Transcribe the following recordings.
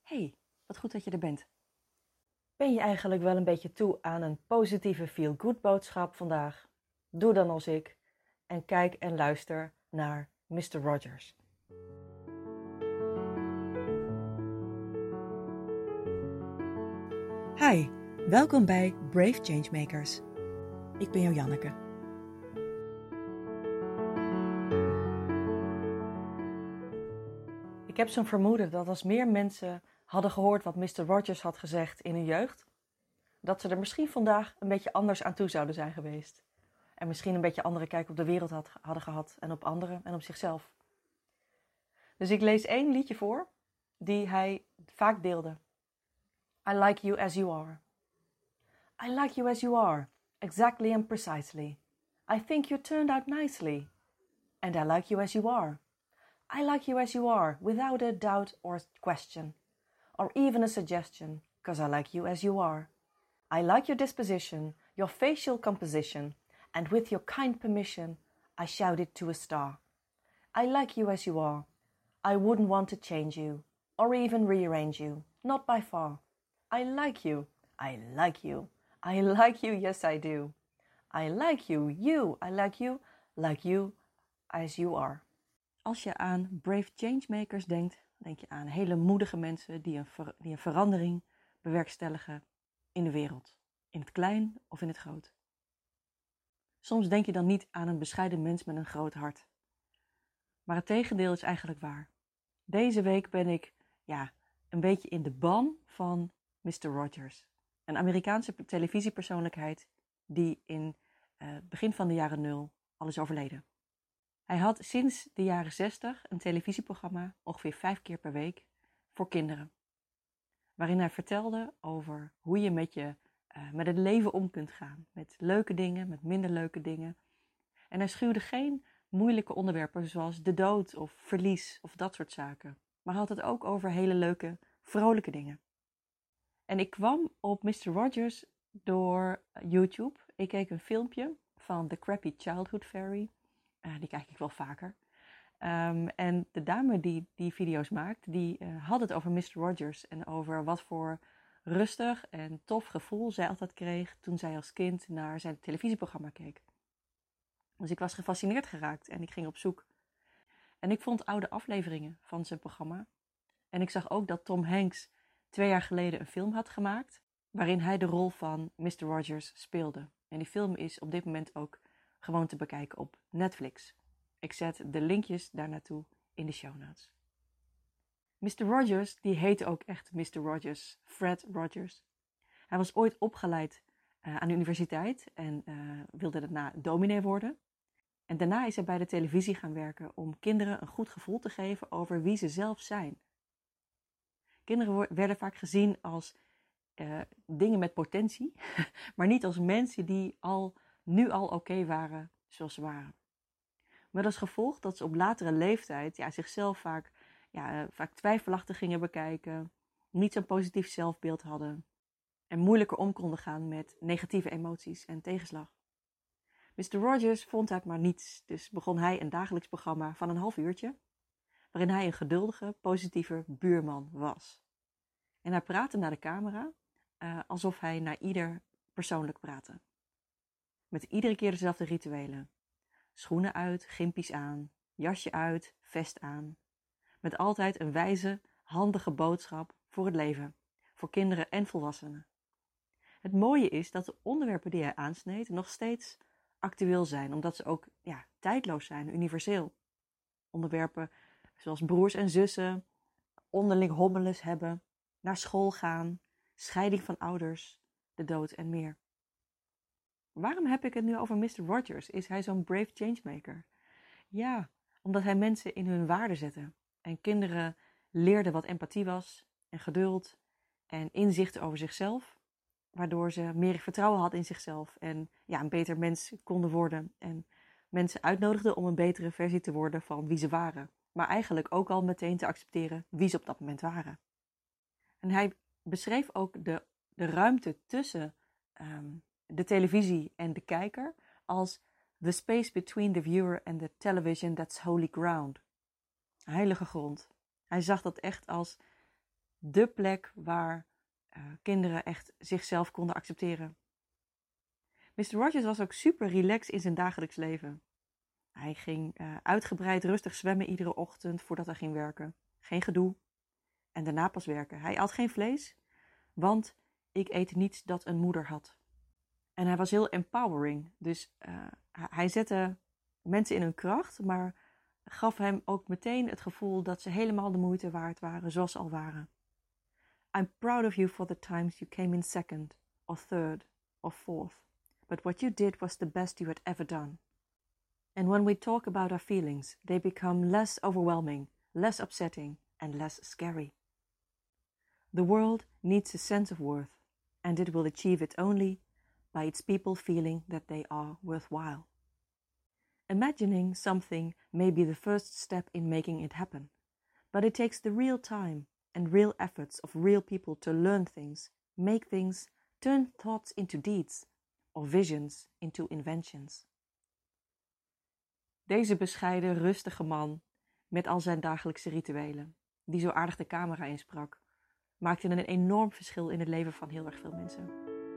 Hey, wat goed dat je er bent. Ben je eigenlijk wel een beetje toe aan een positieve feel-good boodschap vandaag? Doe dan als ik en kijk en luister naar Mr. Rogers. Hi, welkom bij Brave Changemakers. Ik ben Janneke. Ik heb zo'n vermoeden dat als meer mensen hadden gehoord wat Mr. Rogers had gezegd in hun jeugd, dat ze er misschien vandaag een beetje anders aan toe zouden zijn geweest. En misschien een beetje andere kijk op de wereld hadden gehad en op anderen en op zichzelf. Dus ik lees 1 liedje voor die hij vaak deelde. I like you as you are. I like you as you are, exactly and precisely. I think you turned out nicely. And I like you as you are. I like you as you are, without a doubt or question, or even a suggestion, 'cause I like you as you are. I like your disposition, your facial composition, and with your kind permission, I shout it to a star. I like you as you are. I wouldn't want to change you, or even rearrange you, not by far. I like you. I like you. I like you, yes I do. I like you, I like you as you are. Als je aan Brave Changemakers denkt, denk je aan hele moedige mensen die een verandering bewerkstelligen in de wereld. In het klein of in het groot. Soms denk je dan niet aan een bescheiden mens met een groot hart. Maar het tegendeel is eigenlijk waar. Deze week ben ik een beetje in de ban van Mr. Rogers. Een Amerikaanse televisiepersoonlijkheid die in begin van de jaren 0 al is overleden. Hij had sinds de jaren 60 een televisieprogramma, ongeveer 5 keer per week, voor kinderen. Waarin hij vertelde over hoe je met het leven om kunt gaan. Met leuke dingen, met minder leuke dingen. En hij schuwde geen moeilijke onderwerpen zoals de dood of verlies of dat soort zaken. Maar had het ook over hele leuke, vrolijke dingen. En ik kwam op Mr. Rogers door YouTube. Ik keek een filmpje van The Crappy Childhood Fairy. Die kijk ik wel vaker. En de dame die video's maakt, die had het over Mr. Rogers. En over wat voor rustig en tof gevoel zij altijd kreeg toen zij als kind naar zijn televisieprogramma keek. Dus ik was gefascineerd geraakt en ik ging op zoek. En ik vond oude afleveringen van zijn programma. En ik zag ook dat Tom Hanks 2 jaar geleden een film had gemaakt, waarin hij de rol van Mr. Rogers speelde. En die film is op dit moment ook gewoon te bekijken op Netflix. Ik zet de linkjes daar naartoe in de show notes. Mr. Rogers, die heette ook echt Mr. Rogers, Fred Rogers. Hij was ooit opgeleid aan de universiteit en wilde daarna dominee worden. En daarna is hij bij de televisie gaan werken om kinderen een goed gevoel te geven over wie ze zelf zijn. Kinderen werden vaak gezien als dingen met potentie, maar niet als mensen die nu al oké waren zoals ze waren. Met als gevolg dat ze op latere leeftijd zichzelf vaak twijfelachtig gingen bekijken, niet zo'n positief zelfbeeld hadden en moeilijker om konden gaan met negatieve emoties en tegenslag. Mr. Rogers vond uit maar niets, dus begon hij een dagelijks programma van een half uurtje, waarin hij een geduldige, positieve buurman was. En hij praatte naar de camera alsof hij naar ieder persoonlijk praatte. Met iedere keer dezelfde rituelen. Schoenen uit, gimpies aan, jasje uit, vest aan. Met altijd een wijze, handige boodschap voor het leven, voor kinderen en volwassenen. Het mooie is dat de onderwerpen die hij aansneed nog steeds actueel zijn, omdat ze ook tijdloos zijn, universeel. Onderwerpen zoals broers en zussen, onderling hommeles hebben, naar school gaan, scheiding van ouders, de dood en meer. Waarom heb ik het nu over Mr. Rogers? Is hij zo'n brave changemaker? Ja, omdat hij mensen in hun waarde zette. En kinderen leerden wat empathie was en geduld en inzichten over zichzelf. Waardoor ze meer vertrouwen hadden in zichzelf en een beter mens konden worden. En mensen uitnodigden om een betere versie te worden van wie ze waren. Maar eigenlijk ook al meteen te accepteren wie ze op dat moment waren. En hij beschreef ook de ruimte tussen de televisie en de kijker als the space between the viewer and the television that's holy ground. Heilige grond. Hij zag dat echt als de plek waar kinderen echt zichzelf konden accepteren. Mr. Rogers was ook super relaxed in zijn dagelijks leven. Hij ging uitgebreid rustig zwemmen iedere ochtend voordat hij ging werken. Geen gedoe. En daarna pas werken. Hij at geen vlees, want ik eet niets dat een moeder had. En hij was heel empowering. Dus hij zette mensen in hun kracht, maar gaf hem ook meteen het gevoel dat ze helemaal de moeite waard waren, zoals ze al waren. I'm proud of you for the times you came in second, or third, or fourth. But what you did was the best you had ever done. And when we talk about our feelings, they become less overwhelming, less upsetting, and less scary. The world needs a sense of worth, and it will achieve it only by its people feeling that they are worthwhile. Imagining something may be the first step in making it happen, but it takes the real time and real efforts of real people to learn things, make things, turn thoughts into deeds, or visions into inventions. Deze bescheiden, rustige man, met al zijn dagelijkse rituelen, die zo aardig de camera insprak, maakte een enorm verschil in het leven van heel erg veel mensen.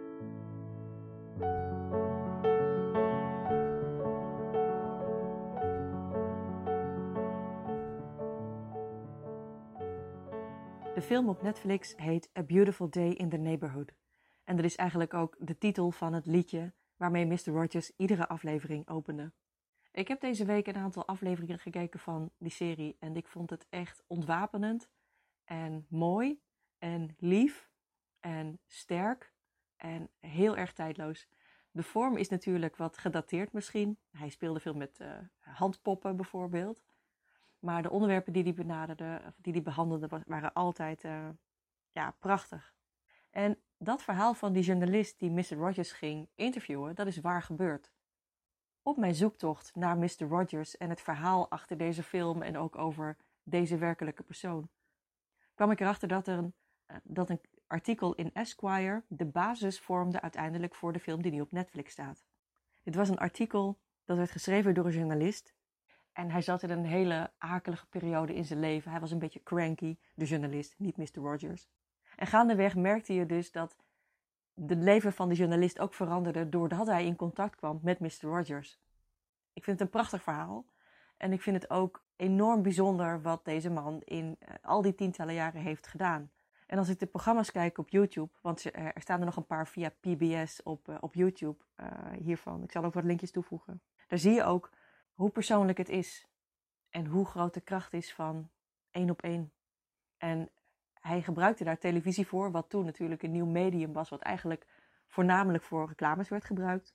De film op Netflix heet A Beautiful Day in the Neighborhood. En dat is eigenlijk ook de titel van het liedje waarmee Mr. Rogers iedere aflevering opende. Ik heb deze week een aantal afleveringen gekeken van die serie en ik vond het echt ontwapenend en mooi en lief en sterk en heel erg tijdloos. De vorm is natuurlijk wat gedateerd misschien. Hij speelde veel met handpoppen bijvoorbeeld. Maar de onderwerpen die hij benaderde, of die hij behandelde, waren altijd prachtig. En dat verhaal van die journalist die Mr. Rogers ging interviewen, dat is waar gebeurd. Op mijn zoektocht naar Mr. Rogers en het verhaal achter deze film en ook over deze werkelijke persoon, kwam ik erachter dat een artikel in Esquire de basis vormde uiteindelijk voor de film die nu op Netflix staat. Dit was een artikel dat werd geschreven door een journalist en hij zat in een hele akelige periode in zijn leven. Hij was een beetje cranky, de journalist, niet Mr. Rogers. En gaandeweg merkte je dus dat het leven van de journalist ook veranderde doordat hij in contact kwam met Mr. Rogers. Ik vind het een prachtig verhaal en ik vind het ook enorm bijzonder wat deze man in al die tientallen jaren heeft gedaan. En als ik de programma's kijk op YouTube, want er staan er nog een paar via PBS op YouTube hiervan. Ik zal ook wat linkjes toevoegen. Daar zie je ook hoe persoonlijk het is en hoe groot de kracht is van 1 op 1. En hij gebruikte daar televisie voor, wat toen natuurlijk een nieuw medium was, wat eigenlijk voornamelijk voor reclames werd gebruikt.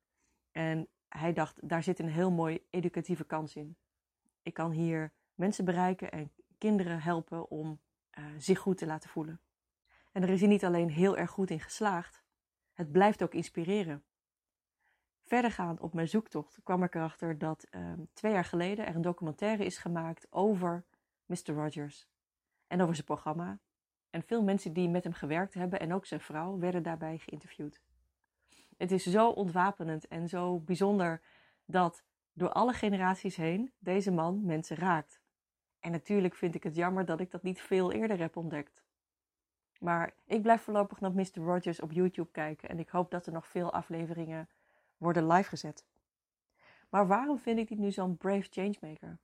En hij dacht, daar zit een heel mooi educatieve kans in. Ik kan hier mensen bereiken en kinderen helpen om zich goed te laten voelen. En er is hij niet alleen heel erg goed in geslaagd, het blijft ook inspireren. Verdergaand op mijn zoektocht kwam ik erachter dat 2 jaar geleden er een documentaire is gemaakt over Mr. Rogers en over zijn programma. En veel mensen die met hem gewerkt hebben en ook zijn vrouw werden daarbij geïnterviewd. Het is zo ontwapenend en zo bijzonder dat door alle generaties heen deze man mensen raakt. En natuurlijk vind ik het jammer dat ik dat niet veel eerder heb ontdekt. Maar ik blijf voorlopig naar Mr. Rogers op YouTube kijken en ik hoop dat er nog veel afleveringen worden live gezet. Maar waarom vind ik dit nu zo'n brave changemaker?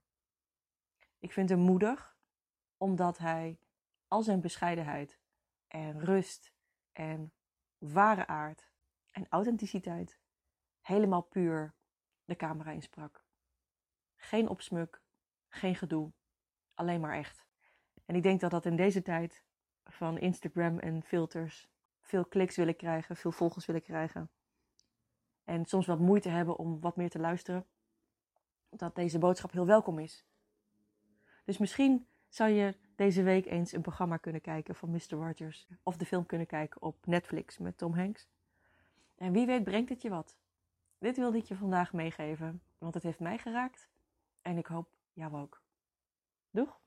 Ik vind hem moedig, omdat hij al zijn bescheidenheid en rust en ware aard en authenticiteit helemaal puur de camera insprak. Geen opsmuk, geen gedoe, alleen maar echt. En ik denk dat dat in deze tijd van Instagram en filters veel kliks willen krijgen, veel volgers willen krijgen en soms wat moeite hebben om wat meer te luisteren, dat deze boodschap heel welkom is. Dus misschien zou je deze week eens een programma kunnen kijken van Mr. Rogers of de film kunnen kijken op Netflix met Tom Hanks. En wie weet brengt het je wat. Dit wilde ik je vandaag meegeven, want het heeft mij geraakt en ik hoop jou ook. Doeg!